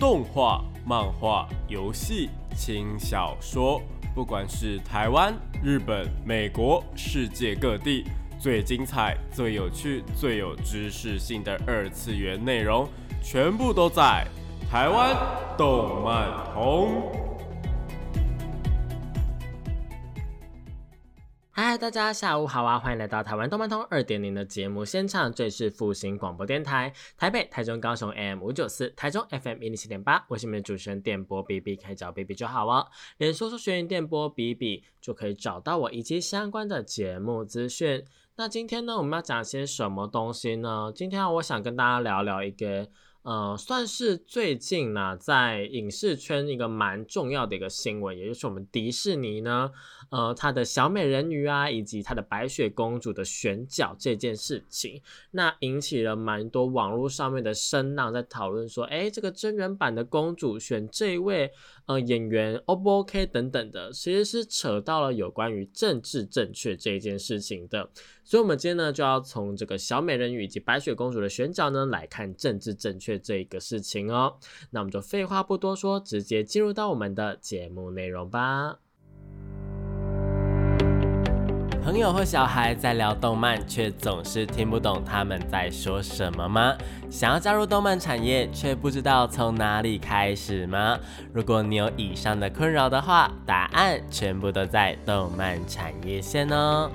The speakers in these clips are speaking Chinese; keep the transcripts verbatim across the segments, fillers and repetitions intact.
动画、漫画、游戏、轻小说，不管是台湾、日本、美国，世界各地，最精彩、最有趣、最有知识性的二次元内容，全部都在台湾动漫通。 嗨，大家下午好啊！欢迎来到台湾动漫通 二点零 的节目现场，这里是复兴广播电台，台北、台中、高雄 A M 五九四，台中 F M 一零七点八，我是你们的主持人电波 B B， 可以找 B B 就好哦。连搜索学员电波 B B 就可以找到我以及相关的节目资讯。那今天呢，我们要讲些什么东西呢？今天我想跟大家聊聊一个呃，算是最近呢、啊，在影视圈一个蛮重要的一个新闻，也就是我们迪士尼呢，呃，它的小美人鱼啊，以及它的白雪公主的选角这件事情，那引起了蛮多网络上面的声浪，在讨论说，哎，这个真人版的公主选这一位呃演员 O 不 OK 等等的，其实是扯到了有关于政治正确这一件事情的。所以我们今天呢，就要从这个小美人鱼以及白雪公主的选角呢，来看政治正确这一个事情哦。那我们就废话不多说，直接进入到我们的节目内容吧。朋友或小孩在聊动漫，却总是听不懂他们在说什么吗？想要加入动漫产业，却不知道从哪里开始吗？如果你有以上的困扰的话，答案全部都在动漫产业线哦。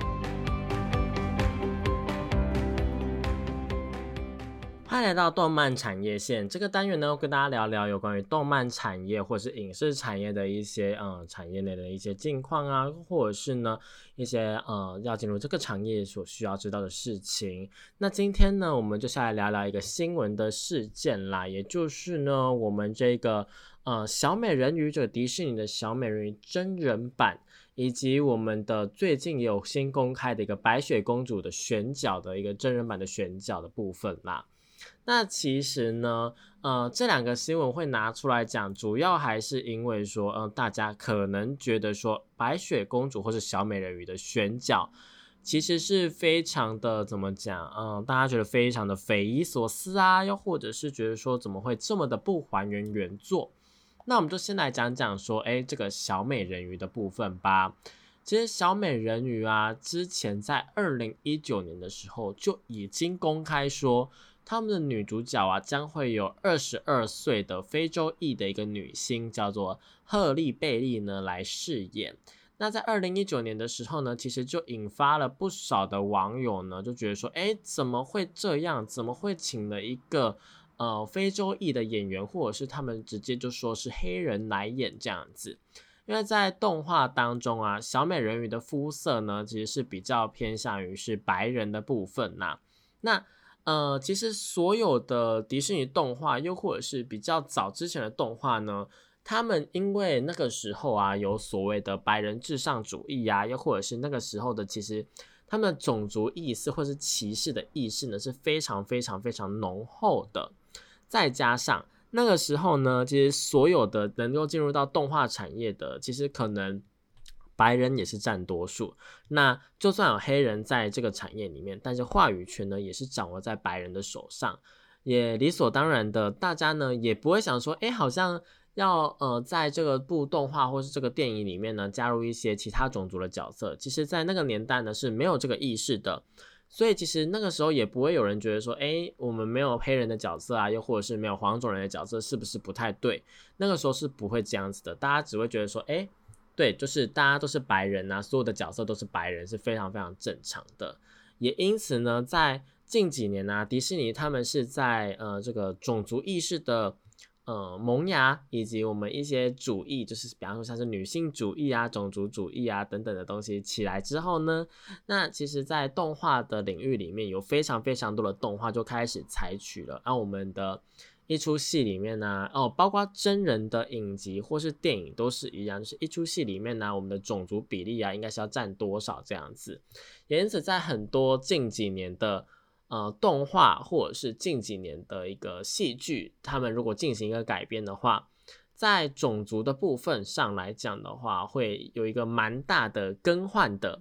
欢迎来到动漫产业线这个单元呢，跟大家聊聊有关于动漫产业或是影视产业的一些嗯产业内的一些近况啊，或者是呢一些呃要进入这个产业所需要知道的事情。那今天呢，我们就下来聊聊一个新闻的事件啦，也就是呢我们这个呃小美人鱼，这个迪士尼的小美人鱼真人版，以及我们的最近有新公开的一个白雪公主的选角的一个真人版的选角的部分啦。那其实呢，呃，这两个新闻会拿出来讲，主要还是因为说，呃，大家可能觉得说，白雪公主或是小美人鱼的选角，其实是非常的怎么讲，嗯、呃，大家觉得非常的匪夷所思啊，又或者是觉得说，怎么会这么的不还原原作？那我们就先来讲讲说，哎，这个小美人鱼的部分吧。其实小美人鱼啊，之前在二零一九年的时候就已经公开说，他们的女主角啊将会有二十二岁的非洲裔的一个女星，叫做赫利贝利呢来饰演。那在二零一九年的时候呢，其实就引发了不少的网友呢就觉得说，哎，怎么会这样？怎么会请了一个呃非洲裔的演员，或者是他们直接就说是黑人来演这样子？因为在动画当中啊，小美人鱼的肤色呢，其实是比较偏向于是白人的部分呐、啊。那呃，其实所有的迪士尼动画，又或者是比较早之前的动画呢，他们因为那个时候啊，有所谓的白人至上主义啊，又或者是那个时候的其实他们的种族意识或是歧视的意识呢，是非常非常非常浓厚的。再加上那个时候呢，其实所有的能够进入到动画产业的，其实可能白人也是占多数。那就算有黑人在这个产业里面，但是话语权呢也是掌握在白人的手上，也理所当然的，大家呢也不会想说，哎，好像要呃在这个部动画或是这个电影里面呢加入一些其他种族的角色。其实在那个年代呢是没有这个意识的。所以其实那个时候也不会有人觉得说，哎，我们没有黑人的角色啊，又或者是没有黄种人的角色，是不是不太对？那个时候是不会这样子的，大家只会觉得说，哎，对，就是大家都是白人啊，所有的角色都是白人，是非常非常正常的。也因此呢，在近几年啊，迪士尼他们是在呃这个种族意识的呃萌芽，以及我们一些主义，就是比方说像是女性主义啊、种族主义啊等等的东西起来之后呢，那其实在动画的领域里面有非常非常多的动画就开始采取了，让我们的一出戏里面呢、啊，哦，包括真人的影集或是电影都是一样，就是一出戏里面呢、啊，我们的种族比例啊，应该是要占多少这样子。也因此，在很多近几年的呃动画或者是近几年的一个戏剧，他们如果进行一个改编的话，在种族的部分上来讲的话，会有一个蛮大的更换的。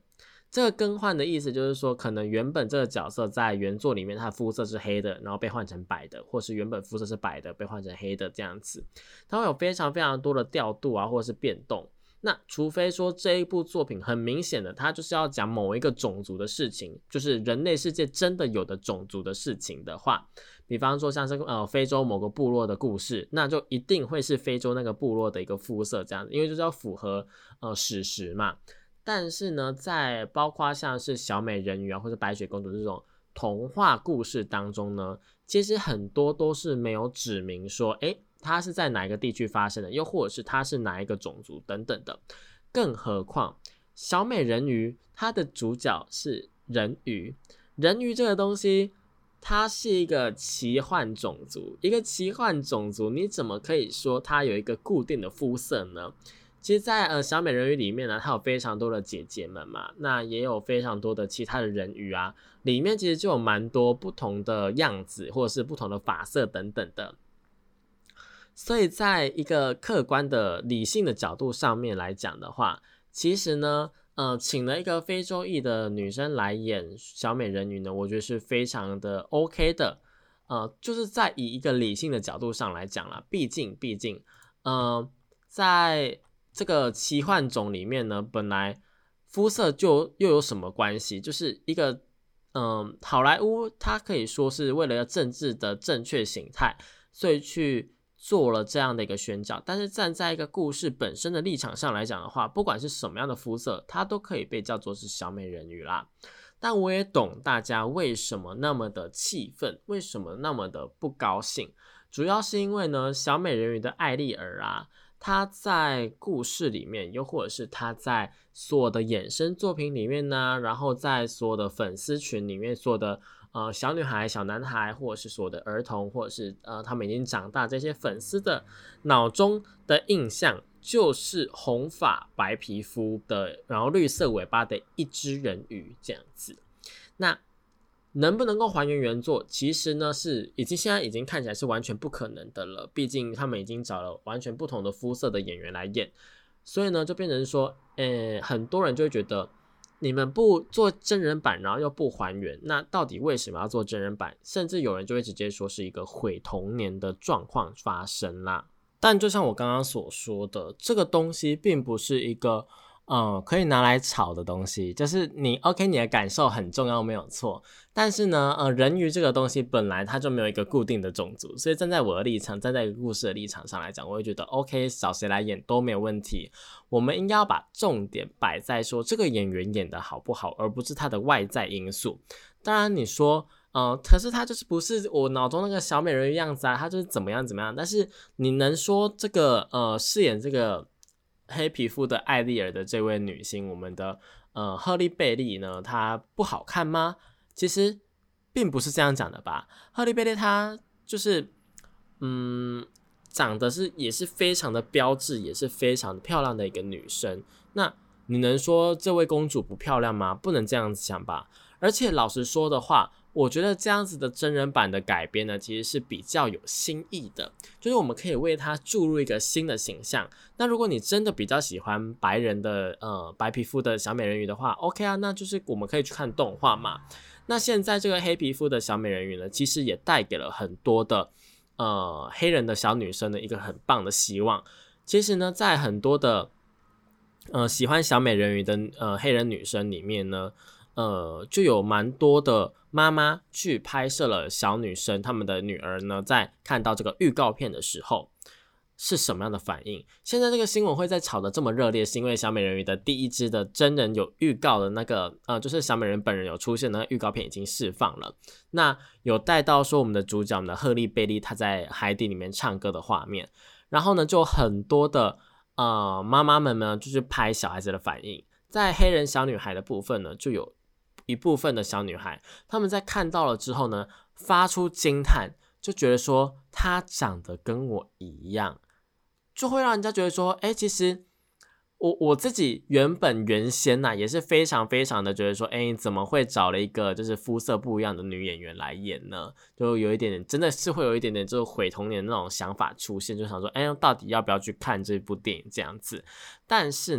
这个更换的意思就是说，可能原本这个角色在原作里面他的肤色是黑的，然后被换成白的，或是原本肤色是白的被换成黑的这样子，它会有非常非常多的调度啊，或者是变动。那除非说这一部作品很明显的它就是要讲某一个种族的事情，就是人类世界真的有的种族的事情的话，比方说像是呃非洲某个部落的故事，那就一定会是非洲那个部落的一个肤色这样子，因为就是要符合呃史实嘛。但是呢，在包括像是小美人鱼啊或者白雪公主这种童话故事当中呢，其实很多都是没有指明说诶它是在哪一个地区发生的，又或者是它是哪一个种族等等的。更何况小美人鱼它的主角是人鱼，人鱼这个东西它是一个奇幻种族，一个奇幻种族你怎么可以说它有一个固定的肤色呢？其实在呃小美人鱼里面呢，它有非常多的姐姐们嘛，那也有非常多的其他的人鱼啊，里面其实就有蛮多不同的样子或者是不同的发色等等的。所以在一个客观的理性的角度上面来讲的话，其实呢呃，请了一个非洲裔的女生来演小美人鱼呢，我觉得是非常的 OK 的。呃，就是在以一个理性的角度上来讲啦，毕竟毕竟呃，在这个奇幻种里面呢，本来肤色就又有什么关系？就是一个嗯，好莱坞它可以说是为了政治的正确形态，所以去做了这样的一个宣教，但是站在一个故事本身的立场上来讲的话，不管是什么样的肤色，它都可以被叫做是小美人鱼啦。但我也懂大家为什么那么的气愤，为什么那么的不高兴，主要是因为呢，小美人鱼的艾丽儿啊，她在故事里面，又或者是她在所有的衍生作品里面呢，然后在所有的粉丝群里面，所有的呃小女孩、小男孩，或者是所有的儿童，或者是呃他们已经长大这些粉丝的脑中的印象，就是红发白皮肤的，然后绿色尾巴的一只人鱼这样子。那能不能够还原原作，其实呢是已经现在已经看起来是完全不可能的了，毕竟他们已经找了完全不同的肤色的演员来演，所以呢就变成说呃，很多人就会觉得你们不做真人版然后又不还原，那到底为什么要做真人版？甚至有人就会直接说是一个毁童年的状况发生啦。但就像我刚刚所说的，这个东西并不是一个呃，可以拿来炒的东西，就是你 OK 你的感受很重要没有错，但是呢呃，人鱼这个东西本来它就没有一个固定的种族，所以站在我的立场，站在一个故事的立场上来讲，我会觉得 OK 找谁来演都没有问题，我们应该要把重点摆在说这个演员演得好不好，而不是他的外在因素。当然你说呃，可是他就是不是我脑中那个小美人鱼样子啊，他就是怎么样怎么样，但是你能说这个呃饰演这个黑皮肤的艾丽儿的这位女星，我们的呃赫利贝利呢，她不好看吗？其实并不是这样讲的吧。赫利贝利她就是嗯长得是也是非常的标致，也是非常的漂亮的一个女生。那你能说这位公主不漂亮吗？不能这样子想吧。而且老实说的话，我觉得这样子的真人版的改编呢，其实是比较有新意的，就是我们可以为它注入一个新的形象。那如果你真的比较喜欢白人的呃白皮肤的小美人鱼的话 OK 啊，那就是我们可以去看动画嘛。那现在这个黑皮肤的小美人鱼呢，其实也带给了很多的呃黑人的小女生的一个很棒的希望。其实呢，在很多的呃喜欢小美人鱼的呃黑人女生里面呢，呃，就有蛮多的妈妈去拍摄了小女生他们的女儿呢，在看到这个预告片的时候是什么样的反应。现在这个新闻会在炒得这么热烈，是因为小美人鱼的第一支的真人有预告的那个呃，就是小美人本人有出现的那个预告片已经释放了，那有带到说我们的主角我们的赫利贝利她在海底里面唱歌的画面，然后呢就很多的呃妈妈们呢就是拍小孩子的反应。在黑人小女孩的部分呢，就有一部分的小女孩她们在看到了之后呢发出惊叹，就觉得说她长得跟我一样，就会让人家觉得说诶，其实我我自己原本原先啊也是非常非常的觉得说诶，怎么会找了一个就是肤色不一样的女演员来演呢，就有一点点真的是会有一点点就是毁童年的那种想法出现，就想说诶，到底要不要去看这部电影这样子。但是呢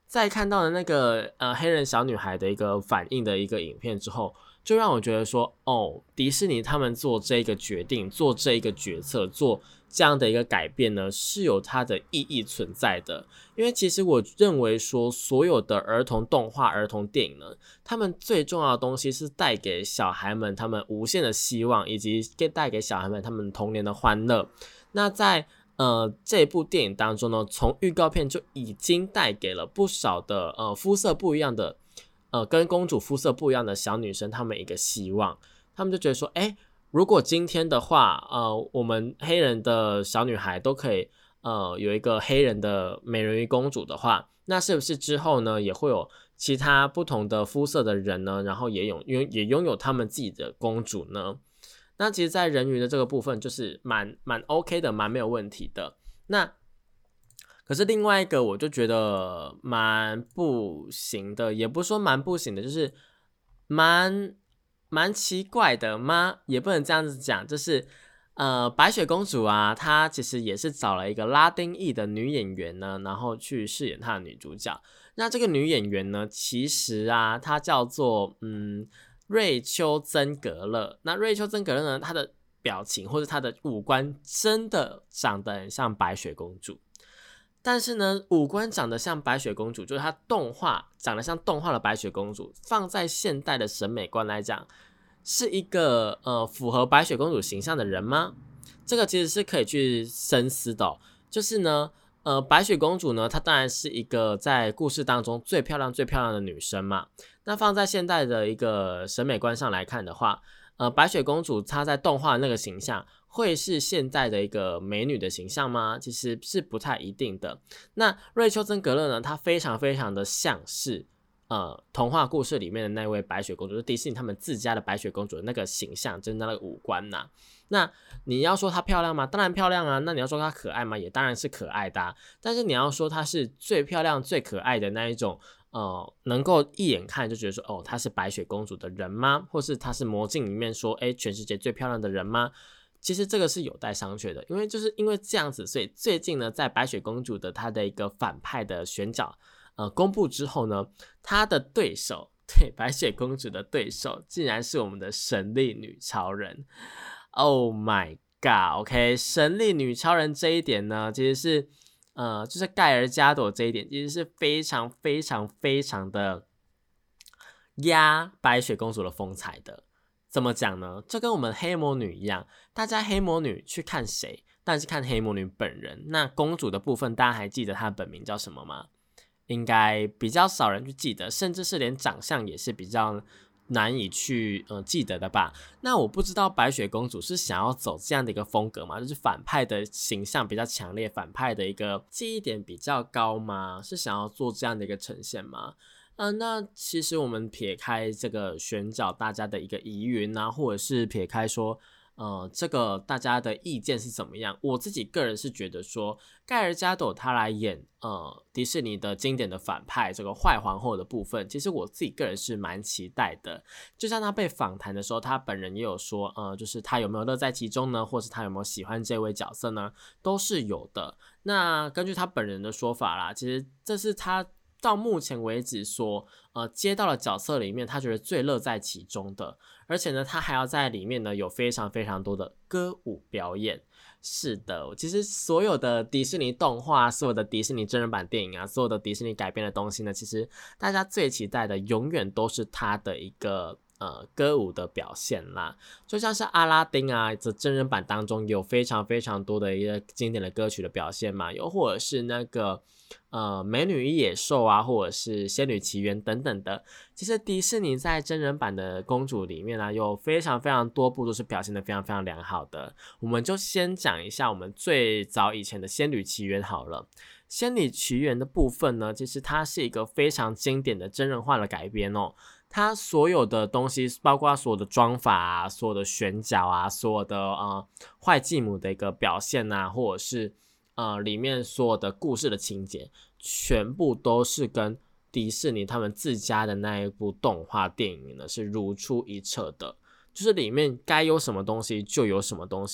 在看到的那个呃黑人小女孩的一个反应的一个影片之后，就让我觉得说，哦，迪士尼他们做这个决定，做这一个决策，做这样的一个改变呢，是有它的意义存在的。因为其实我认为说，所有的儿童动画、儿童电影呢，他们最重要的东西是带给小孩们他们无限的希望，以及带给小孩们他们童年的欢乐。那在呃这部电影当中呢，从预告片就已经带给了不少的呃肤色不一样的呃跟公主肤色不一样的小女生他们一个希望。他们就觉得说，诶，如果今天的话呃我们黑人的小女孩都可以呃有一个黑人的美人鱼公主的话，那是不是之后呢也会有其他不同的肤色的人呢，然后也有也拥有他们自己的公主呢？那其实在人鱼的这个部分就是蛮蛮 OK 的，蛮没有问题的。那可是另外一个我就觉得蛮不行的，也不是说蛮不行的，就是蛮蛮奇怪的吗？也不能这样子讲，就是呃白雪公主啊，她其实也是找了一个拉丁裔的女演员呢，然后去饰演她的女主角。那这个女演员呢，其实啊她叫做嗯瑞秋曾格勒。那瑞秋曾格勒呢，她的表情或者她的五官真的长得很像白雪公主，但是呢五官长得像白雪公主，就是她动画长得像动画的白雪公主，放在现代的审美观来讲，是一个呃符合白雪公主形象的人吗？这个其实是可以去深思的哦。就是呢呃，白雪公主呢，她当然是一个在故事当中最漂亮最漂亮的女生嘛。那放在现代的一个审美观上来看的话，呃，白雪公主她在动画的那个形象会是现在的一个美女的形象吗？其实是不太一定的。那瑞秋曾格勒呢，她非常非常的像是呃童话故事里面的那位白雪公主，就是迪士尼他们自家的白雪公主的那个形象，就是那个五官呐、啊。那你要说她漂亮吗？当然漂亮啊。那你要说她可爱吗？也当然是可爱的啊。但是你要说她是最漂亮最可爱的那一种呃，能够一眼看就觉得说，哦，她是白雪公主的人吗？或是她是魔镜里面说，诶，全世界最漂亮的人吗？其实这个是有待商榷的。因为就是因为这样子，所以最近呢，在白雪公主的她的一个反派的选角呃公布之后呢，她的对手，对，白雪公主的对手竟然是我们的神力女超人。Oh my god， OK， 神力女超人这一点呢，其实是呃，就是盖尔加朵这一点，其实是非常非常非常的压白雪公主的风采的。怎么讲呢？就跟我们黑魔女一样，大家黑魔女去看谁？但是看黑魔女本人。那公主的部分，大家还记得她的本名叫什么吗？应该比较少人去记得，甚至是连长相也是比较难以去呃记得的吧。那我不知道白雪公主是想要走这样的一个风格吗？就是反派的形象比较强烈，反派的一个记忆点比较高吗？是想要做这样的一个呈现吗？呃，那其实我们撇开这个选角大家的一个疑云啊，或者是撇开说呃，这个大家的意见是怎么样？我自己个人是觉得说，盖尔加朵他来演呃迪士尼的经典的反派这个坏皇后的部分，其实我自己个人是蛮期待的。就像他被访谈的时候，他本人也有说，呃，就是他有没有乐在其中呢，或是他有没有喜欢这位角色呢，都是有的。那根据他本人的说法啦，其实这是他到目前为止所呃接到的角色里面，他觉得最乐在其中的。而且呢，他还要在里面呢有非常非常多的歌舞表演。是的，其实所有的迪士尼动画，所有的迪士尼真人版电影啊，所有的迪士尼改编的东西呢，其实大家最期待的永远都是他的一个呃歌舞的表现啦。就像是阿拉丁啊，这真人版当中有非常非常多的一个经典的歌曲的表现嘛，又或者是那个呃美女与野兽啊，或者是仙女奇缘等等的。其实迪士尼在真人版的公主里面啊，有非常非常多部都是表现得非常非常良好的。我们就先讲一下我们最早以前的仙女奇缘好了。仙女奇缘的部分呢，其实它是一个非常经典的真人化的改编哦。它所有的东西，包括所有的妆法啊，所有的选角啊，所有的呃坏继母的一个表现啊，或者是呃里面所有的故事的情节，全部都是跟迪士尼他们自家的那一部动画电影呢是如出一辙的。就是里面该有什么东西就有什么东西，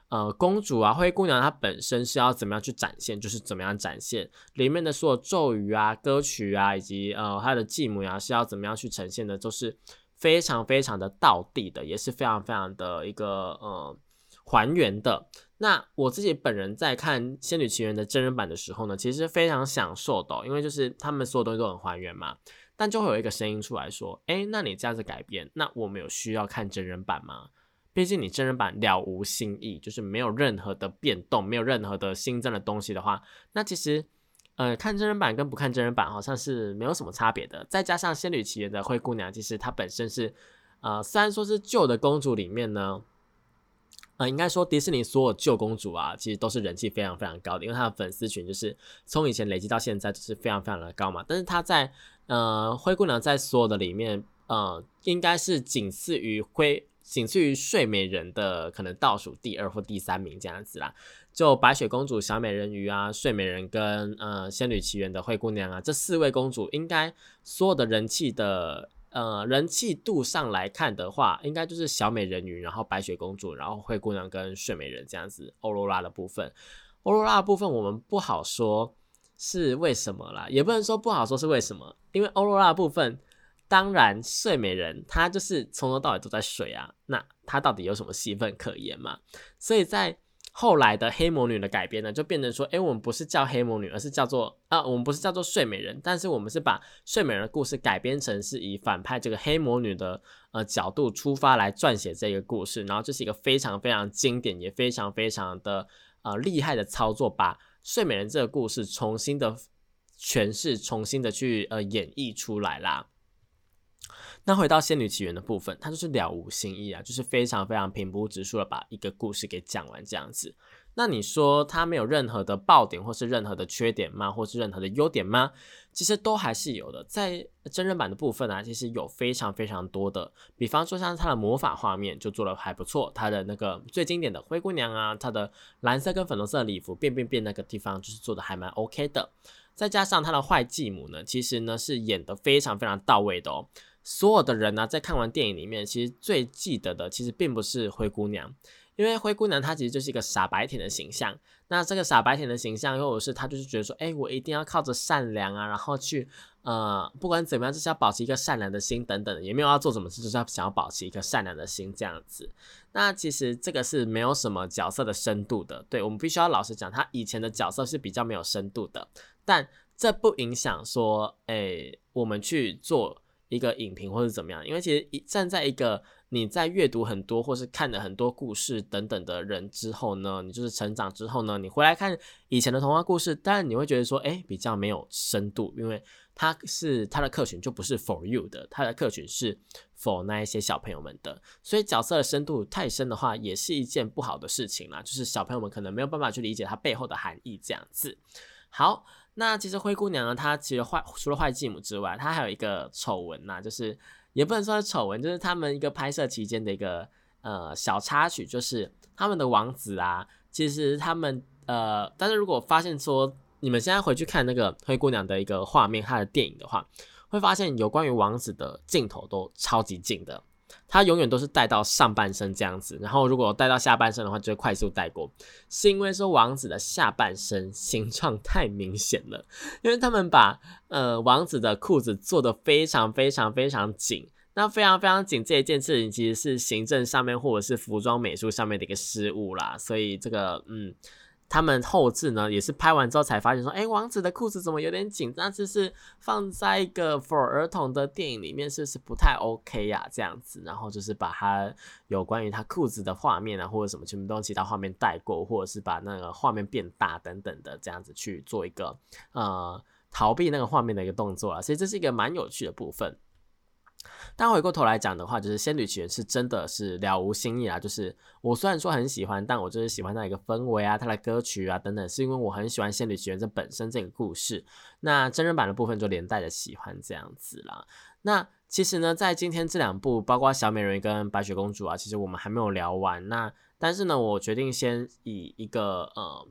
呃公主啊灰姑娘她本身是要怎么样去展现，就是怎么样展现里面的所有咒语啊歌曲啊以及呃她的继母啊是要怎么样去呈现的，就是非常非常的道地的，也是非常非常的一个呃还原的。那我自己本人在看《仙女奇缘》的真人版的时候呢，其实非常享受的、哦、因为就是他们所有东西都很还原嘛，但就会有一个声音出来说，诶，那你这样子改编，那我们有需要看真人版吗？毕竟你真人版了无新意，就是没有任何的变动，没有任何的新增的东西的话，那其实呃，看真人版跟不看真人版好像是没有什么差别的。再加上《仙女奇缘》的灰姑娘，其实她本身是呃，虽然说是旧的公主里面呢，呃，应该说迪士尼所有旧公主啊，其实都是人气非常非常高的，因为她的粉丝群就是从以前累积到现在就是非常非常的高嘛。但是她在呃灰姑娘在所有的里面，呃，应该是仅次于灰，仅次于睡美人的可能倒数第二或第三名这样子啦。就白雪公主、小美人鱼啊、睡美人跟呃仙女奇缘的灰姑娘啊，这四位公主应该所有的人气的。呃，人气度上来看的话，应该就是小美人鱼，然后白雪公主，然后灰姑娘跟睡美人这样子。欧罗拉的部分，欧罗拉的部分我们不好说是为什么啦，也不能说不好说是为什么，因为欧罗拉的部分，当然睡美人她就是从头到尾都在睡啊，那她到底有什么戏份可言嘛？所以在后来的黑魔女的改编呢，就变成说，哎，我们不是叫黑魔女，而是叫做啊，我们不是叫做睡美人，但是我们是把睡美人的故事改编成是以反派这个黑魔女的呃角度出发来撰写这个故事，然后这是一个非常非常经典，也非常非常的呃厉害的操作，把睡美人这个故事重新的诠释，重新的去呃演绎出来啦。那回到仙女奇缘的部分，它就是了无新意啊，就是非常非常平铺直述的把一个故事给讲完这样子。那你说它没有任何的爆点或是任何的缺点吗？或是任何的优点吗？其实都还是有的。在真人版的部分啊，其实有非常非常多的，比方说像它的魔法画面就做得还不错，它的那个最经典的灰姑娘啊，它的蓝色跟粉红色的礼服变变变那个地方就是做的还蛮 OK 的。再加上它的坏继母呢，其实呢是演得非常非常到位的哦。所有的人呢、啊，在看完电影里面，其实最记得的其实并不是灰姑娘，因为灰姑娘她其实就是一个傻白甜的形象。那这个傻白甜的形象，又是她就是觉得说，哎，我一定要靠着善良啊，然后去呃，不管怎么样，就是要保持一个善良的心等等的，也没有要做什么事，就是要想要保持一个善良的心这样子。那其实这个是没有什么角色的深度的，对，我们必须要老实讲，她以前的角色是比较没有深度的，但这不影响说，哎，我们去做一个影评或是怎么样，因为其实站在一个你在阅读很多或是看了很多故事等等的人之后呢，你就是成长之后呢，你回来看以前的童话故事，当然你会觉得说，哎，比较没有深度，因为它是它的客群就不是 for you 的，它的客群是 for 那一些小朋友们的，所以角色的深度太深的话，也是一件不好的事情啦，就是小朋友们可能没有办法去理解它背后的含义这样子。好。那其实灰姑娘呢，她其实坏除了坏继母之外，她还有一个丑闻呐，就是也不能说是丑闻，就是他们一个拍摄期间的一个呃小插曲，就是他们的王子啊，其实他们呃，但是如果发现说你们现在回去看那个灰姑娘的一个画面，她的电影的话，会发现有关于王子的镜头都超级近的。他永远都是带到上半身这样子，然后如果带到下半身的话，就会快速带过，是因为说王子的下半身形状太明显了，因为他们把呃王子的裤子做得非常非常非常紧，那非常非常紧这一件事情其实是行政上面或者是服装美术上面的一个失误啦，所以这个嗯。他们后制呢也是拍完之后才发现说，哎，王子的裤子怎么有点紧？但是是放在一个 for 儿童的电影里面，是不是不太 OK 呀、啊？这样子，然后就是把他有关于他裤子的画面啊，或者什么全部都用其他画面带过，或者是把那个画面变大等等的，这样子去做一个呃逃避那个画面的一个动作啊，所以这是一个蛮有趣的部分。但回过头来讲的话，就是仙女奇缘是真的是了无新意啦，就是我虽然说很喜欢，但我就是喜欢它一个氛围啊，它的歌曲啊等等，是因为我很喜欢仙女奇缘这本身这个故事。那真人版的部分就连带的喜欢这样子啦。那其实呢，在今天这两部，包括小美人鱼跟白雪公主啊，其实我们还没有聊完。那但是呢，我决定先以一个呃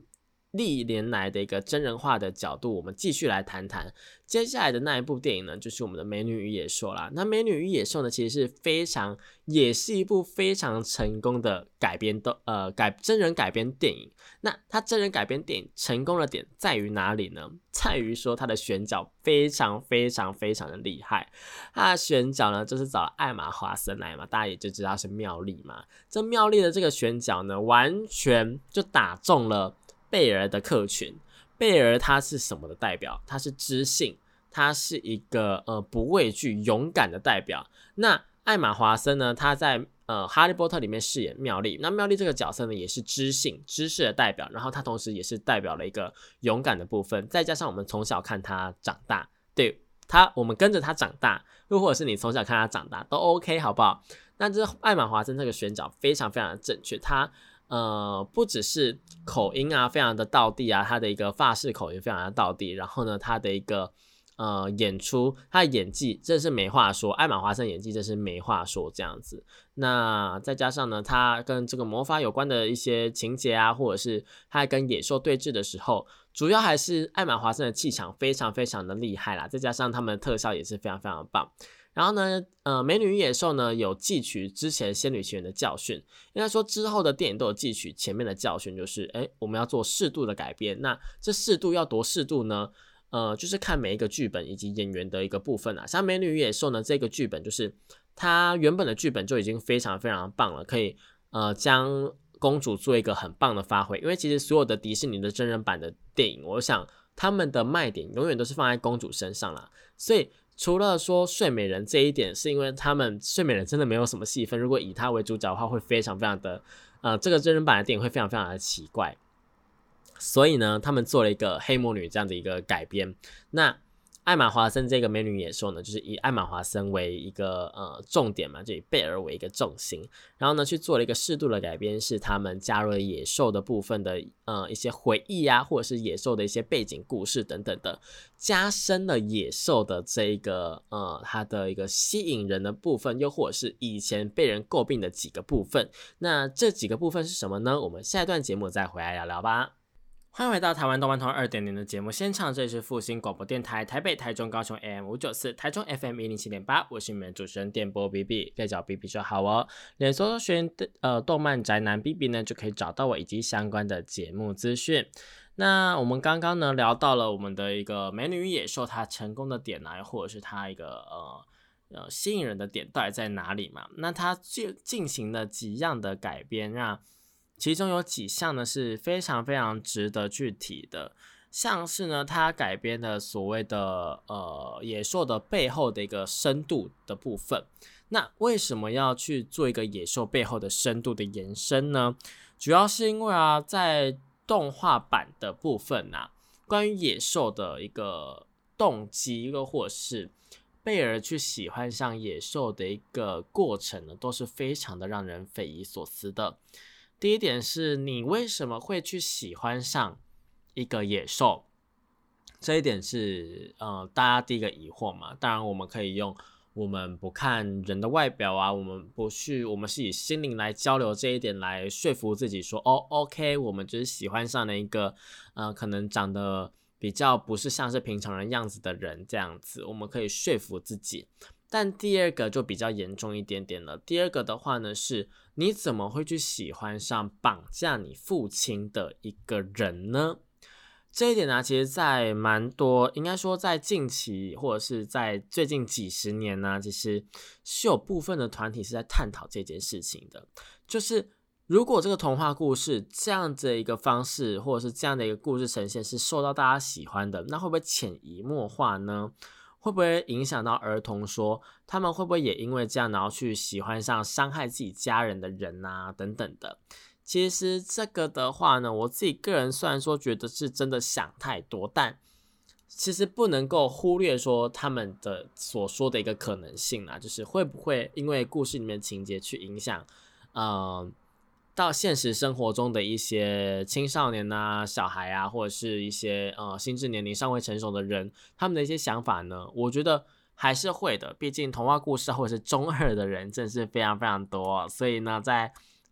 历年来的一个真人化的角度，我们继续来谈谈接下来的那一部电影呢，就是我们的《美女与野兽》啦。那《美女与野兽》呢，其实是非常，也是一部非常成功的改编的呃改真人改编电影。那它真人改编电影成功的点在于哪里呢？在于说它的选角非常非常非常的厉害。它的选角呢，就是找了艾玛华森来嘛，大家也就知道是妙丽嘛。这妙丽的这个选角呢，完全就打中了贝尔的客群。贝尔他是什么的代表？他是知性，他是一个呃不畏惧、勇敢的代表。那艾玛华森呢，他在呃哈利波特里面饰演妙丽。那妙丽这个角色呢，也是知性、知识的代表，然后他同时也是代表了一个勇敢的部分。再加上我们从小看他长大，对他，我们跟着他长大，又或者是你从小看他长大，都 OK， 好不好？那这艾玛华森这个选角非常非常的正确，他。呃，不只是口音啊，非常的道地啊，他的一个法式口音非常的道地，然后呢，他的一个呃演出，他的演技真是没话说，艾玛华森演技真是没话说这样子。那再加上呢，他跟这个魔法有关的一些情节啊，或者是他跟野兽对峙的时候，主要还是艾玛华森的气场非常非常的厉害啦，再加上他们的特效也是非常非常的棒。然后呢，呃，美女与野兽呢有汲取之前仙女奇缘的教训，应该说之后的电影都有汲取前面的教训，就是哎，我们要做适度的改编。那这适度要多适度呢？呃，就是看每一个剧本以及演员的一个部分啊。像美女与野兽呢，这个剧本就是它原本的剧本就已经非常非常棒了，可以呃将公主做一个很棒的发挥。因为其实所有的迪士尼的真人版的电影，我想他们的卖点永远都是放在公主身上啦，所以。除了说睡美人这一点，是因为他们睡美人真的没有什么戏份，如果以她为主角的话，会非常非常的，呃，这个真人版的电影会非常非常的奇怪，所以呢，他们做了一个黑魔女这样的一个改编。那艾玛华森这个美女野兽呢，就是以艾玛华森为一个呃重点嘛，就以贝尔为一个重心，然后呢去做了一个适度的改编，是他们加入了野兽的部分的呃一些回忆啊，或者是野兽的一些背景故事等等的，加深了野兽的这一个呃它的一个吸引人的部分，又或者是以前被人诟病的几个部分。那这几个部分是什么呢？我们下一段节目再回来聊聊吧。欢迎回到台湾动漫通 二点零 的节目现场，这里是复兴广播电台台北、台中、高雄 A M 五九四， 台中 F M 一零七点八， 我是你们主持人电波 B B， 可以找 B B 就好哦。脸书搜寻呃动漫宅男 B B 呢，就可以找到我以及相关的节目资讯。那我们刚刚呢聊到了我们的一个美女与野兽，它成功的点啊，或者是它一个呃呃吸引人的点到底在哪里嘛？那它就进行了几样的改编，那其中有几项呢是非常非常值得去提的，像是呢它改编的所谓的呃野兽的背后的一个深度的部分。那为什么要去做一个野兽背后的深度的延伸呢？主要是因为啊，在动画版的部分啊，关于野兽的一个动机，又或者是贝尔去喜欢上野兽的一个过程呢，都是非常的让人匪夷所思的。第一点是你为什么会去喜欢上一个野兽，这一点是呃大家第一个疑惑嘛。当然我们可以用我们不看人的外表啊，我们不去，我们是以心灵来交流这一点来说服自己说，哦 OK 我们就是喜欢上了一个呃可能长得比较不是像是平常人样子的人，这样子我们可以说服自己。但第二个就比较严重一点点了。第二个的话呢，是你怎么会去喜欢上绑架你父亲的一个人呢？这一点呢，其实在蛮多，应该说在近期或者是在最近几十年呢，其实是有部分的团体是在探讨这件事情的。就是如果这个童话故事这样的一个方式，或者是这样的一个故事呈现是受到大家喜欢的，那会不会潜移默化呢？会不会影响到儿童，说他们会不会也因为这样然后去喜欢上伤害自己家人的人啊等等的。其实这个的话呢，我自己个人虽然说觉得是真的想太多，但其实不能够忽略说他们的所说的一个可能性啦，就是会不会因为故事里面的情节去影响呃到现实生活中的一些青少年啊、小孩啊，或者是一些呃心智年龄尚未成熟的人，他们的一些想法呢，我觉得还是会的。毕竟童话故事或者是中二的人真的是非常非常多，所以呢，在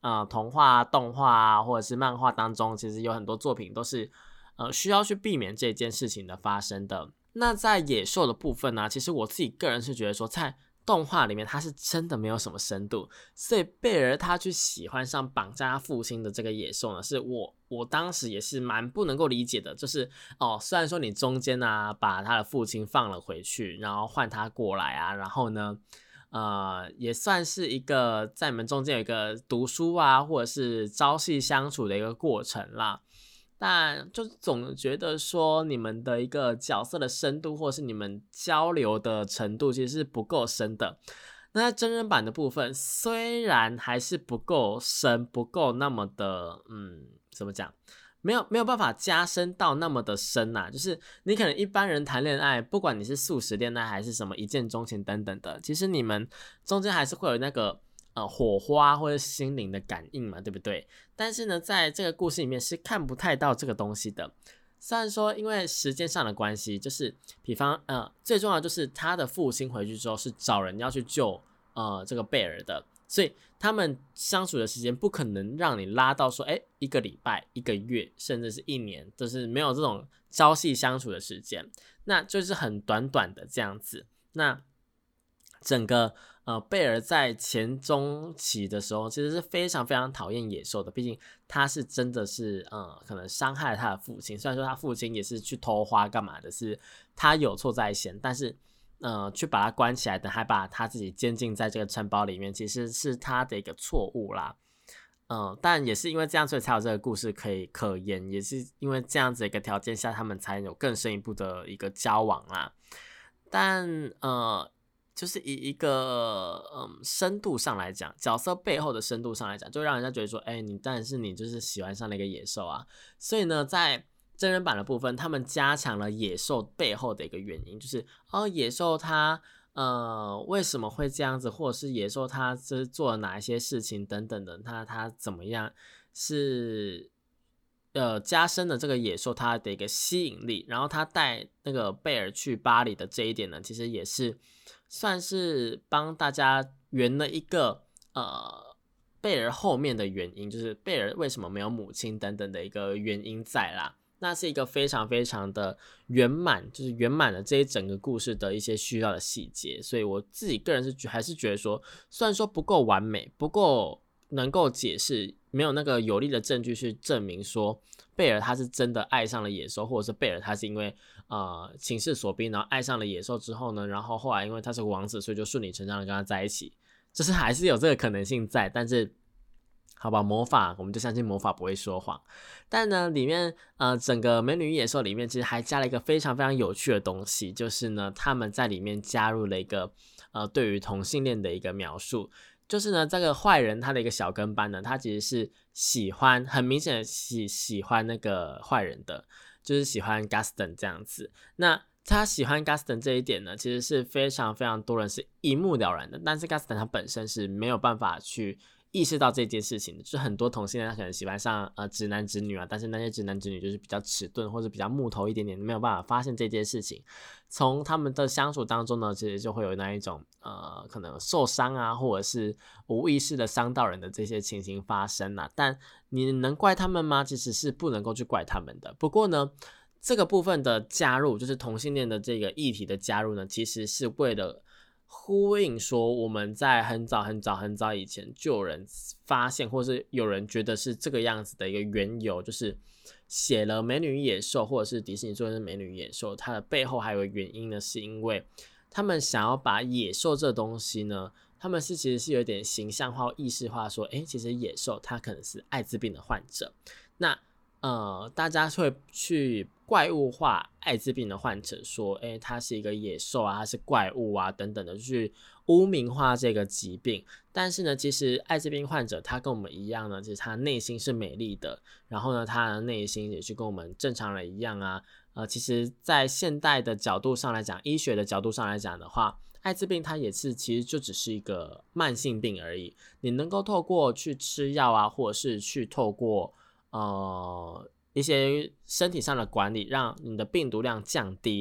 呃童话、动画啊，或者是漫画当中，其实有很多作品都是呃需要去避免这件事情的发生的。那在野兽的部分呢、啊，其实我自己个人是觉得说，在动画里面它是真的没有什么深度，所以贝尔他去喜欢上绑架他父亲的这个野兽呢，是我我当时也是蛮不能够理解的。就是哦，虽然说你中间啊把他的父亲放了回去，然后换他过来啊，然后呢呃也算是一个在你们中间有一个读书啊或者是朝夕相处的一个过程啦，但就总觉得说你们的一个角色的深度或是你们交流的程度其实是不够深的。那在真人版的部分虽然还是不够深，不够那么的嗯怎么讲，没有没有办法加深到那么的深啊，就是你可能一般人谈恋爱，不管你是速食恋爱还是什么一见钟情等等的，其实你们中间还是会有那个呃火花或者心灵的感应嘛，对不对？但是呢在这个故事里面是看不太到这个东西的。虽然说因为时间上的关系，就是比方呃最重要的就是他的父亲回去之后是找人要去救呃这个贝尔的，所以他们相处的时间不可能让你拉到说哎一个礼拜一个月甚至是一年，就是没有这种朝夕相处的时间，那就是很短短的这样子。那整个呃贝尔在前中期的时候其实是非常非常讨厌野兽的，毕竟他是真的是呃可能伤害了他的父亲，虽然说他父亲也是去偷花干嘛的，是他有错在先，但是呃去把他关起来的，还把他自己监禁在这个城堡里面，其实是他的一个错误啦。嗯、呃，但也是因为这样，所以才有这个故事可以可言，也是因为这样子的一个条件下，他们才有更深一步的一个交往啦。但呃就是以一个嗯深度上来讲，角色背后的深度上来讲，就让人家觉得说，哎、欸，你当然是你就是喜欢上了一个野兽啊。所以呢，在真人版的部分，他们加强了野兽背后的一个原因，就是哦，野兽它呃为什么会这样子，或者是野兽它是做了哪一些事情等等的，它它怎么样是。呃，加深了这个野兽它的一个吸引力，然后他带那个贝尔去巴黎的这一点呢，其实也是算是帮大家圆了一个呃贝尔后面的原因，就是贝尔为什么没有母亲等等的一个原因在啦。那是一个非常非常的圆满，就是圆满了这一整个故事的一些需要的细节，所以我自己个人是觉还是觉得说，虽然说不够完美，不够能够解释，没有那个有力的证据去证明说贝尔他是真的爱上了野兽，或者是贝尔他是因为呃情势所逼，然后爱上了野兽之后呢，然后后来因为他是个王子，所以就顺理成章的跟他在一起，就是还是有这个可能性在。但是好吧，魔法我们就相信魔法不会说谎。但呢里面呃整个美女与野兽里面其实还加了一个非常非常有趣的东西，就是呢他们在里面加入了一个呃对于同性恋的一个描述。就是呢，这个坏人他的一个小跟班呢，他其实是喜欢，很明显的喜喜欢那个坏人的，就是喜欢 Gaston 这样子。那他喜欢 Gaston 这一点呢，其实是非常非常多人是一目了然的，但是 Gaston 他本身是没有办法去意识到这件事情的，就是很多同性恋他可能喜欢上呃直男直女啊，但是那些直男直女就是比较迟钝或者比较木头一点点，没有办法发现这件事情。从他们的相处当中呢，其实就会有那一种呃可能受伤啊，或者是无意识的伤到人的这些情形发生啊。但你能怪他们吗？其实是不能够去怪他们的。不过呢，这个部分的加入，就是同性恋的这个议题的加入呢，其实是为了呼应说我们在很早很早很早以前就有人发现，或是有人觉得是这个样子的一个缘由，就是写了美女与野兽或者是迪士尼做的美女与野兽，它的背后还有一个原因呢，是因为他们想要把野兽这东西呢，他们是其实是有点形象化意识化说，诶其实野兽它可能是艾滋病的患者。那呃，大家会去怪物化艾滋病的患者，说，哎，他是一个野兽啊，他是怪物啊，等等的，去污名化这个疾病。但是呢，其实艾滋病患者他跟我们一样呢，其实他内心是美丽的，然后呢，他的内心也是跟我们正常人一样啊。呃，其实，在现代的角度上来讲，医学的角度上来讲的话，艾滋病它也是其实就只是一个慢性病而已。你能够透过去吃药啊，或者是去透过呃，一些身体上的管理，让你的病毒量降低，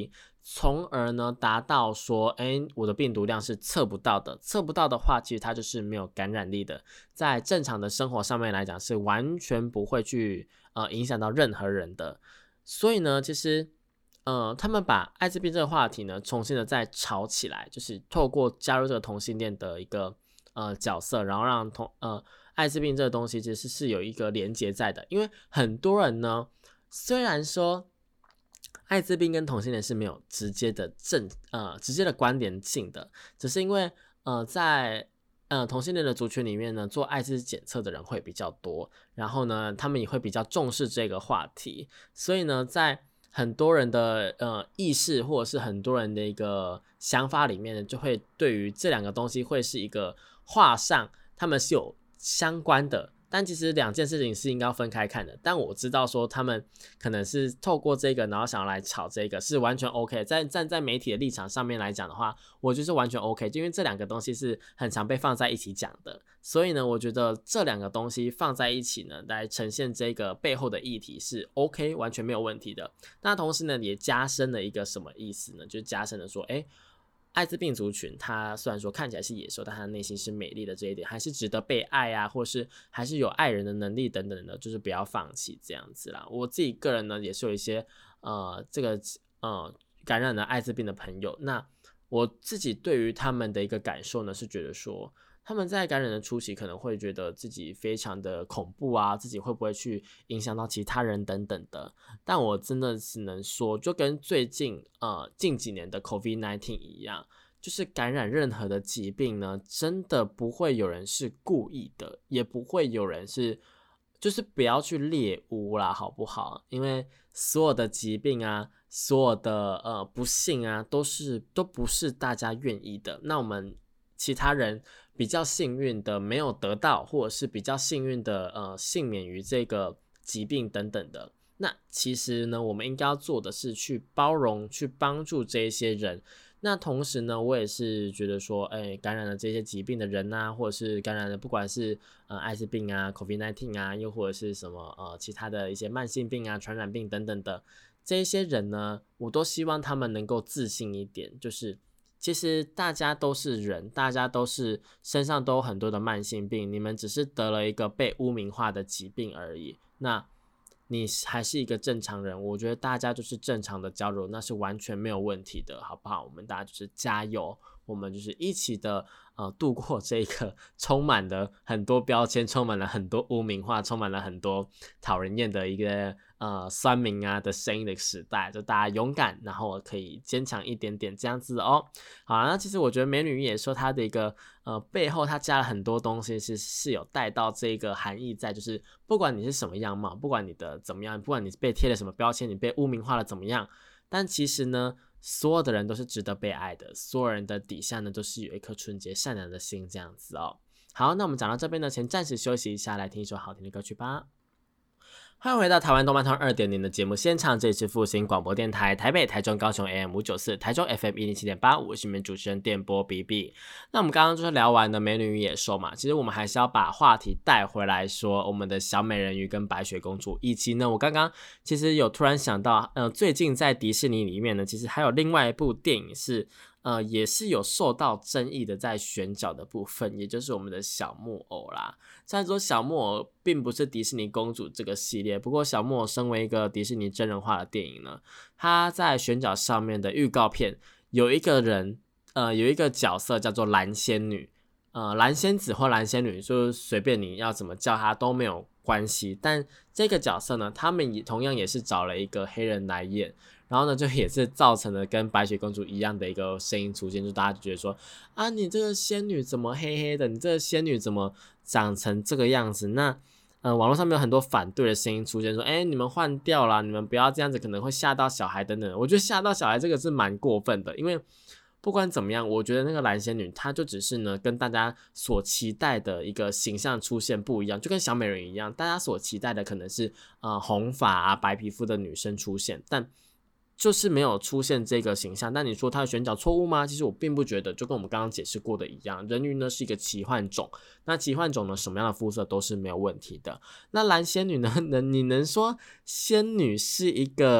从而呢达到说，哎，我的病毒量是测不到的，测不到的话，其实它就是没有感染力的，在正常的生活上面来讲是完全不会去呃影响到任何人的。所以呢，其实呃他们把艾滋病这个话题呢重新的再炒起来，就是透过加入这个同性恋的一个呃角色，然后让同呃艾滋病这个东西其实是有一个连结在的，因为很多人呢虽然说艾滋病跟同性恋是没有直接的正呃直接的关联性的，只是因为呃在呃同性恋的族群里面呢，做艾滋检测的人会比较多，然后呢他们也会比较重视这个话题，所以呢在很多人的呃意识或者是很多人的一个想法里面呢，就会对于这两个东西会是一个画上他们是有相关的，但其实两件事情是应该要分开看的。但我知道说他们可能是透过这个然后想要来炒这个是完全 OK， 在站在媒体的立场上面来讲的话，我觉得是完全 OK， 因为这两个东西是很常被放在一起讲的，所以呢我觉得这两个东西放在一起呢来呈现这个背后的议题是 OK， 完全没有问题的。那同时呢也加深了一个什么意思呢，就加深了说诶艾滋病族群它虽然说看起来是野兽，但它内心是美丽的，这一点还是值得被爱啊，或是还是有爱人的能力等等的，就是不要放弃这样子啦。我自己个人呢也是有一些呃这个呃感染了艾滋病的朋友，那我自己对于他们的一个感受呢是觉得说他们在感染的初期可能会觉得自己非常的恐怖啊，自己会不会去影响到其他人等等的，但我真的只能说就跟最近呃近几年的 COVID 十九 一样，就是感染任何的疾病呢真的不会有人是故意的，也不会有人是就是不要去猎巫啦好不好，因为所有的疾病啊所有的呃不幸啊都是都不是大家愿意的，那我们其他人比较幸运的没有得到，或者是比较幸运的呃幸免于这个疾病等等的，那其实呢我们应该要做的是去包容去帮助这些人。那同时呢我也是觉得说哎，感染了这些疾病的人啊，或者是感染了不管是呃艾滋病啊 COVID 十九 啊，又或者是什么呃其他的一些慢性病啊传染病等等的这些人呢，我都希望他们能够自信一点，就是其实大家都是人，大家都是身上都有很多的慢性病，你们只是得了一个被污名化的疾病而已，那你还是一个正常人，我觉得大家就是正常的交流，那是完全没有问题的好不好，我们大家就是加油，我们就是一起的呃度过这个充满了很多标签，充满了很多污名化，充满了很多讨人厌的一个呃酸民啊的声音的时代，就大家勇敢然后可以坚强一点点这样子哦。好，那其实我觉得美女也说她的一个呃背后她加了很多东西是是有带到这个含义在，就是不管你是什么样貌，不管你的怎么样，不管你被贴了什么标签，你被污名化了怎么样，但其实呢所有的人都是值得被爱的，所有人的底下呢都是有一颗纯洁善良的心这样子哦。好，那我们讲到这边呢先暂时休息一下，来听一首好听的歌曲吧。欢迎回到台湾动漫通 二点零 的节目现场，这里是复兴广播电台台北台中高雄 A M 五九四， 台中 F M 一零七点八， 我是你们主持人电波 B B。 那我们刚刚就是聊完的美女与野兽嘛，其实我们还是要把话题带回来说我们的小美人鱼跟白雪公主，以及呢我刚刚其实有突然想到呃，最近在迪士尼里面呢其实还有另外一部电影是呃，也是有受到争议的，在选角的部分，也就是我们的小木偶啦。虽然说小木偶并不是迪士尼公主这个系列，不过小木偶身为一个迪士尼真人化的电影呢，它在选角上面的预告片有一个人，呃，有一个角色叫做蓝仙女，呃，蓝仙子或蓝仙女，就随便你要怎么叫她都没有关系。但这个角色呢，他们也同样也是找了一个黑人来演。然后呢就也是造成了跟白雪公主一样的一个声音出现，就大家就觉得说啊你这个仙女怎么黑黑的，你这个仙女怎么长成这个样子，那呃网络上面有很多反对的声音出现，说哎你们换掉啦，你们不要这样子，可能会吓到小孩等等。我觉得吓到小孩这个是蛮过分的，因为不管怎么样，我觉得那个蓝仙女她就只是呢跟大家所期待的一个形象出现不一样，就跟小美人鱼一样，大家所期待的可能是呃红发啊白皮肤的女生出现，但就是没有出现这个形象。但你说他的选角错误吗？其实我并不觉得，就跟我们刚刚解释过的一样，人鱼呢是一个奇幻种，那奇幻种呢什么样的肤色都是没有问题的。那蓝仙女呢，你能说仙女是一个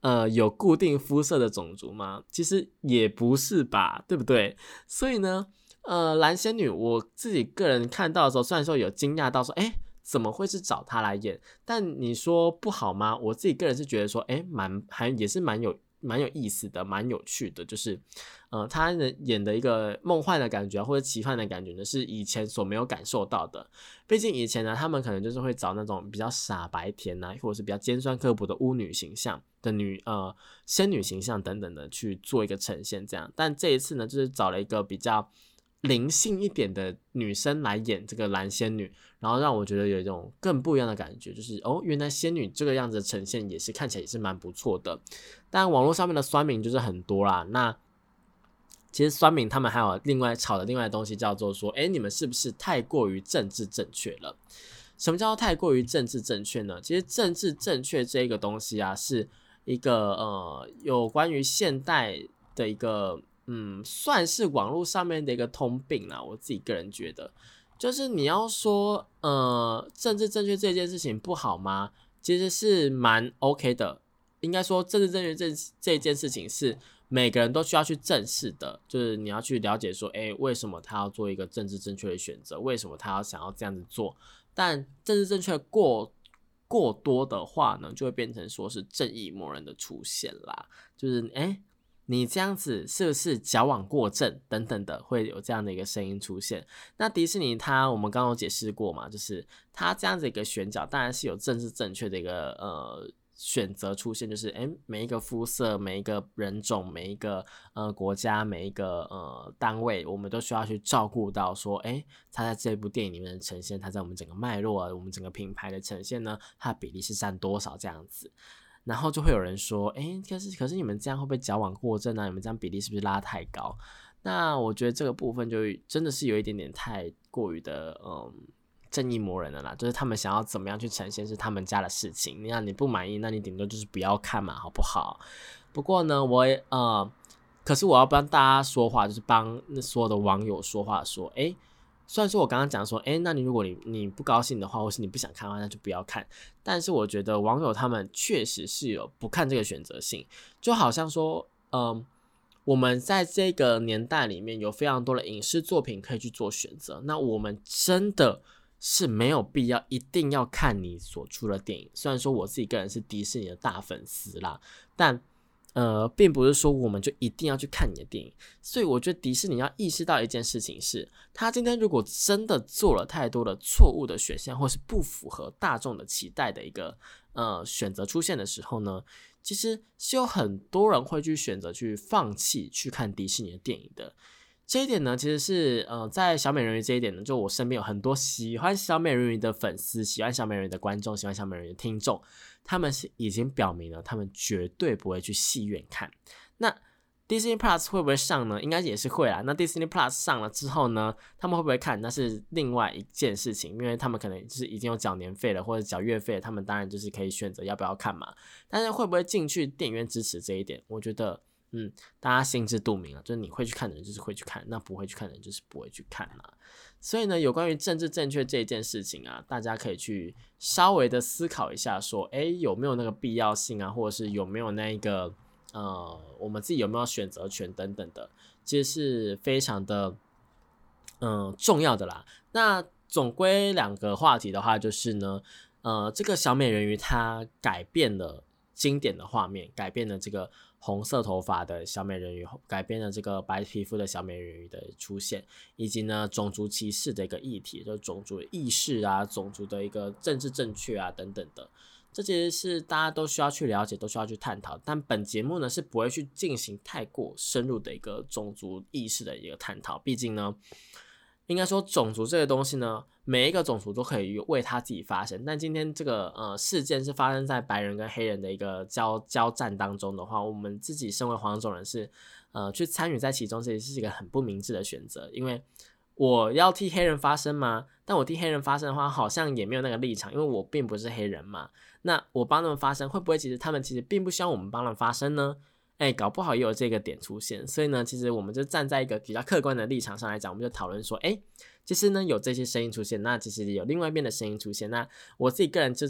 呃有固定肤色的种族吗？其实也不是吧，对不对？所以呢，呃，蓝仙女我自己个人看到的时候，虽然说有惊讶到说，哎，怎么会是找她来演？但你说不好吗？我自己个人是觉得说，哎，蛮还也是蛮有蛮有意思的，蛮有趣的，就是呃，她演的一个梦幻的感觉或者奇幻的感觉呢，是以前所没有感受到的。毕竟以前呢，他们可能就是会找那种比较傻白甜啊，或者是比较尖酸刻薄的巫女形象的女呃仙女形象等等的去做一个呈现，这样。但这一次呢，就是找了一个比较灵性一点的女生来演这个蓝仙女，然后让我觉得有一种更不一样的感觉，就是哦，原来仙女这个样子的呈现也是看起来也是蛮不错的。但网络上面的酸民就是很多啦，那其实酸民他们还有另外吵的另外的东西叫做说，哎，你们是不是太过于政治正确了？什么叫做太过于政治正确呢？其实政治正确这个东西啊，是一个呃有关于现代的一个嗯，算是网络上面的一个通病啦。我自己个人觉得，就是你要说呃政治正确这件事情不好吗？其实是蛮 OK 的。应该说政治正确这这件事情是每个人都需要去正视的，就是你要去了解说，哎，为什么他要做一个政治正确的选择？为什么他要想要这样子做？但政治正确过过多的话呢，就会变成说是正义魔人的出现啦。就是哎，你这样子是不是矫枉过正等等的，会有这样的一个声音出现。那迪士尼它我们刚刚有解释过嘛，就是它这样子一个选角当然是有政治正确的一个呃选择出现，就是诶每一个肤色、每一个人种、每一个呃国家、每一个呃单位，我们都需要去照顾到说，诶它在这部电影里面的呈现，它在我们整个脉络啊，我们整个品牌的呈现呢，它的比例是占多少这样子。然后就会有人说，诶可是可是你们这样会不会矫枉过正啊？你们这样比例是不是拉太高？那我觉得这个部分就真的是有一点点太过于的嗯。正义魔人了啦，就是他们想要怎么样去呈现是他们家的事情，你看你不满意，那你顶多就是不要看嘛，好不好？不过呢，我也呃，可是我要帮大家说话，就是帮所有的网友说话，说，诶虽然说我刚刚讲说，诶那你如果你你不高兴的话，或是你不想看的话，那就不要看。但是我觉得网友他们确实是有不看这个选择性，就好像说，嗯、呃。我们在这个年代里面有非常多的影视作品可以去做选择，那我们真的是没有必要一定要看你所出的电影。虽然说我自己个人是迪士尼的大粉丝啦，但呃，并不是说我们就一定要去看你的电影。所以我觉得迪士尼要意识到一件事情是，他今天如果真的做了太多的错误的选项，或是不符合大众的期待的一个呃选择出现的时候呢，其实是有很多人会去选择去放弃去看迪士尼的电影的。这一点呢，其实是呃，在小美人鱼这一点呢，就我身边有很多喜欢小美人鱼的粉丝，喜欢小美人鱼的观众，喜欢小美人鱼的听众，他们是已经表明了，他们绝对不会去戏院看。那 Disney Plus 会不会上呢？应该也是会啦。那 Disney Plus 上了之后呢，他们会不会看？那是另外一件事情，因为他们可能就是已经有缴年费了，或者缴月费了，他们当然就是可以选择要不要看嘛。但是会不会进去电影院支持这一点？我觉得。嗯，大家心知肚明了，就是你会去看的人就是会去看，那不会去看的人就是不会去看啦。所以呢，有关于政治正确这一件事情啊，大家可以去稍微的思考一下，说，哎，有没有那个必要性啊，或者是有没有那一个呃，我们自己有没有选择权等等的，其实是非常的嗯、呃、重要的啦。那总归两个话题的话，就是呢，呃，这个小美人鱼它改变了经典的画面，改变了这个红色头发的小美人鱼，改变了这个白皮肤的小美人鱼的出现，以及呢种族歧视的一个议题，就是种族意识啊，种族的一个政治正确啊等等的，这其实是大家都需要去了解，都需要去探讨。但本节目呢是不会去进行太过深入的一个种族意识的一个探讨，毕竟呢。应该说种族这个东西呢，每一个种族都可以为他自己发声，但今天这个呃事件是发生在白人跟黑人的一个交交战当中的话，我们自己身为黄种人是呃去参与在其中，这也是一个很不明智的选择。因为我要替黑人发声吗？但我替黑人发声的话，好像也没有那个立场，因为我并不是黑人嘛。那我帮他们发声，会不会其实他们其实并不希望我们帮他们发声呢？哎，搞不好也有这个点出现，所以呢，其实我们就站在一个比较客观的立场上来讲，我们就讨论说，哎，其实呢有这些声音出现，那其实有另外一边的声音出现，那我自己个人就是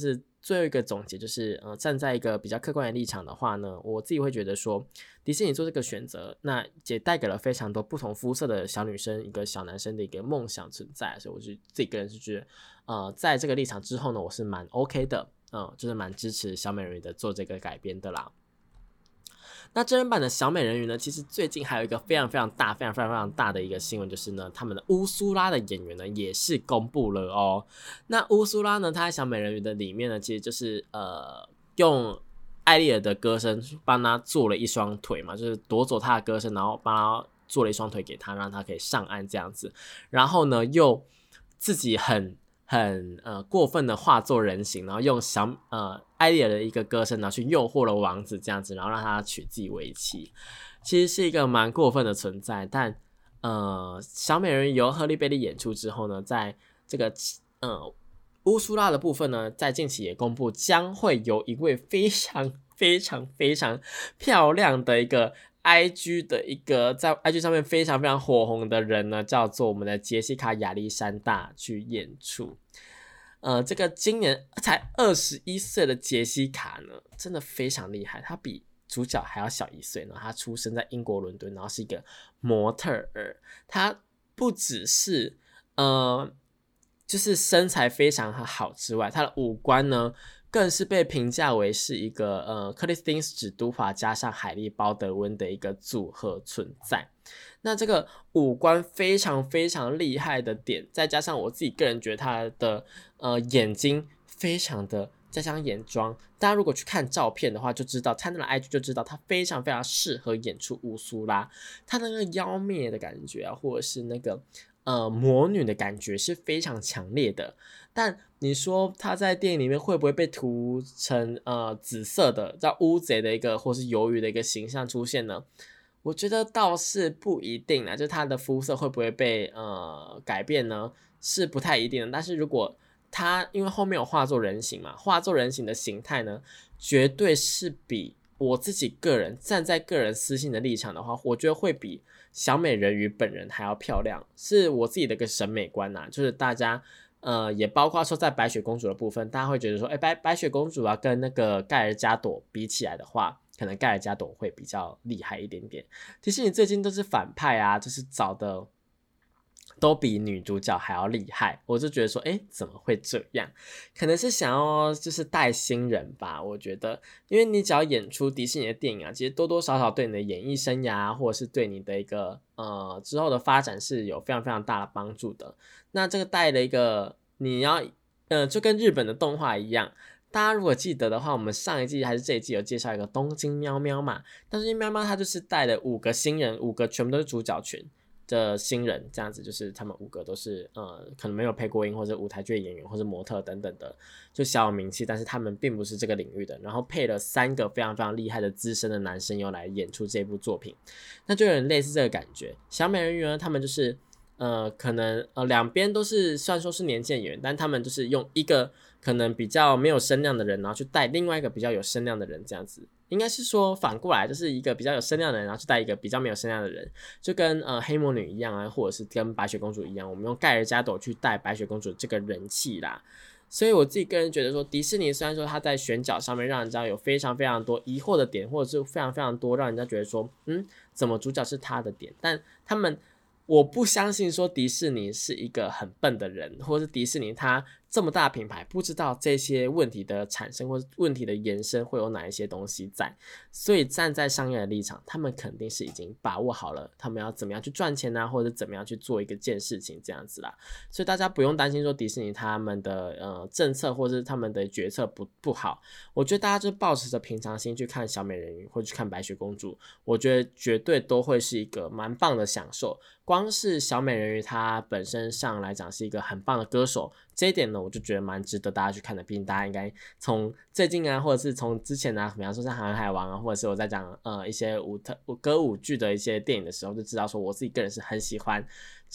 最后一个总结就是，呃，站在一个比较客观的立场的话呢，我自己会觉得说，迪士尼做这个选择，那也带给了非常多不同肤色的小女生一个小男生的一个梦想存在，所以我是自己个人是觉得，呃，在这个立场之后呢，我是蛮 OK 的，嗯、呃，就是蛮支持小美人鱼的做这个改编的啦。那真人版的小美人鱼呢，其实最近还有一个非常非常大、非常非常非常大的一个新闻，就是呢，他们的乌苏拉的演员呢也是公布了哦。那乌苏拉呢，她在小美人鱼的里面呢，其实就是呃用艾丽尔的歌声帮她做了一双腿嘛，就是夺走她的歌声，然后帮她做了一双腿给她，让她可以上岸这样子。然后呢，又自己很。很呃过分的化作人形，然后用小呃艾丽尔的一个歌声，然后去诱惑了王子这样子，然后让他娶自己为妻，其实是一个蛮过分的存在。但呃小美人鱼由赫利贝利演出之后呢，在这个呃乌苏拉的部分呢，在近期也公布将会有一位非常非常非常漂亮的一个。I G 的一个在 I G 上面非常非常火红的人呢，叫做我们的杰西卡·亚历山大去演出。呃，这个今年才二十一岁的杰西卡呢，真的非常厉害，她比主角还要小一岁呢。她出生在英国伦敦，然后是一个模特儿。她不只是呃，就是身材非常好之外，她的五官呢。更是被评价为是一个呃克里斯汀史都华加上海莉鲍德温的一个组合存在。那这个五官非常非常厉害的点，再加上我自己个人觉得他的呃眼睛非常的，加上眼妆，大家如果去看照片的话，就知道看他的 I G 就知道他非常非常适合演出乌苏拉，他那个妖媚的感觉啊，或者是那个呃魔女的感觉是非常强烈的。但你说他在电影里面会不会被涂成呃紫色的叫乌贼的一个或是鱿鱼的一个形象出现呢？我觉得倒是不一定啦，就是他的肤色会不会被呃改变呢？是不太一定的。但是如果他因为后面有化作人形嘛，化作人形的形态呢，绝对是比我自己个人站在个人私信的立场的话，我觉得会比小美人鱼本人还要漂亮，是我自己的一个审美观呐、啊，就是大家。呃，也包括说在白雪公主的部分，大家会觉得说，哎，白白雪公主啊，跟那个盖尔加朵比起来的话，可能盖尔加朵会比较厉害一点点。迪士尼最近都是反派啊，就是找的都比女主角还要厉害，我就觉得说，哎，怎么会这样？可能是想要就是带新人吧，我觉得，因为你只要演出迪士尼的电影啊，其实多多少少对你的演艺生涯，或者是对你的一个呃之后的发展是有非常非常大的帮助的。那这个带了一个你要呃就跟日本的动画一样，大家如果记得的话，我们上一季还是这一季有介绍一个东京喵喵嘛，东京喵喵它就是带了五个新人，五个全部都是主角群的新人，这样子就是他们五个都是呃可能没有配过音或者舞台剧演员或者模特等等的，就小有名气，但是他们并不是这个领域的，然后配了三个非常非常厉害的资深的男生又来演出这部作品，那就有点类似这个感觉。小美人鱼呢，他们就是呃可能呃两边都是虽然说是年轻演员，但他们就是用一个可能比较没有声量的人，然后去带另外一个比较有声量的人，这样子。应该是说反过来，就是一个比较有声量的人，然后去带一个比较没有声量的人，就跟呃黑魔女一样啊，或者是跟白雪公主一样，我们用盖尔加朵去带白雪公主这个人气啦。所以我自己个人觉得说，迪士尼虽然说他在选角上面让人家有非常非常多疑惑的点，或者是非常非常多让人家觉得说，嗯，怎么主角是他的点，但他们。我不相信说迪士尼是一个很笨的人，或者是迪士尼它这么大的品牌不知道这些问题的产生或者问题的延伸会有哪一些东西在，所以站在商业的立场，他们肯定是已经把握好了他们要怎么样去赚钱啊，或者怎么样去做一个件事情这样子啦，所以大家不用担心说迪士尼他们的呃政策或者是他们的决策不不好，我觉得大家就抱持着平常心去看小美人鱼或者去看白雪公主，我觉得绝对都会是一个蛮棒的享受。光是小美人鱼她本身上来讲是一个很棒的歌手，这一点呢我就觉得蛮值得大家去看的，毕竟大家应该从最近啊或者是从之前啊比方说像航海王啊，或者是我在讲呃一些舞特歌舞剧的一些电影的时候就知道说我自己个人是很喜欢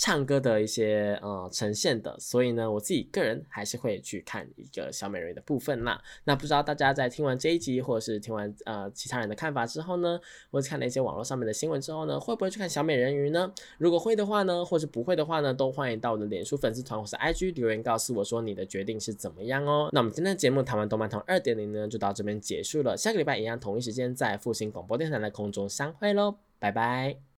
唱歌的一些呃呈现的，所以呢，我自己个人还是会去看一个小美人鱼的部分啦。那不知道大家在听完这一集，或者是听完呃其他人的看法之后呢，或者看了一些网络上面的新闻之后呢，会不会去看小美人鱼呢？如果会的话呢，或是不会的话呢，都欢迎到我的脸书粉丝团或是 I G 留言告诉我说你的决定是怎么样哦。那我们今天的节目台湾动漫通 二点零 呢，就到这边结束了。下个礼拜一样同一时间在复兴广播电台的空中相会咯，拜拜。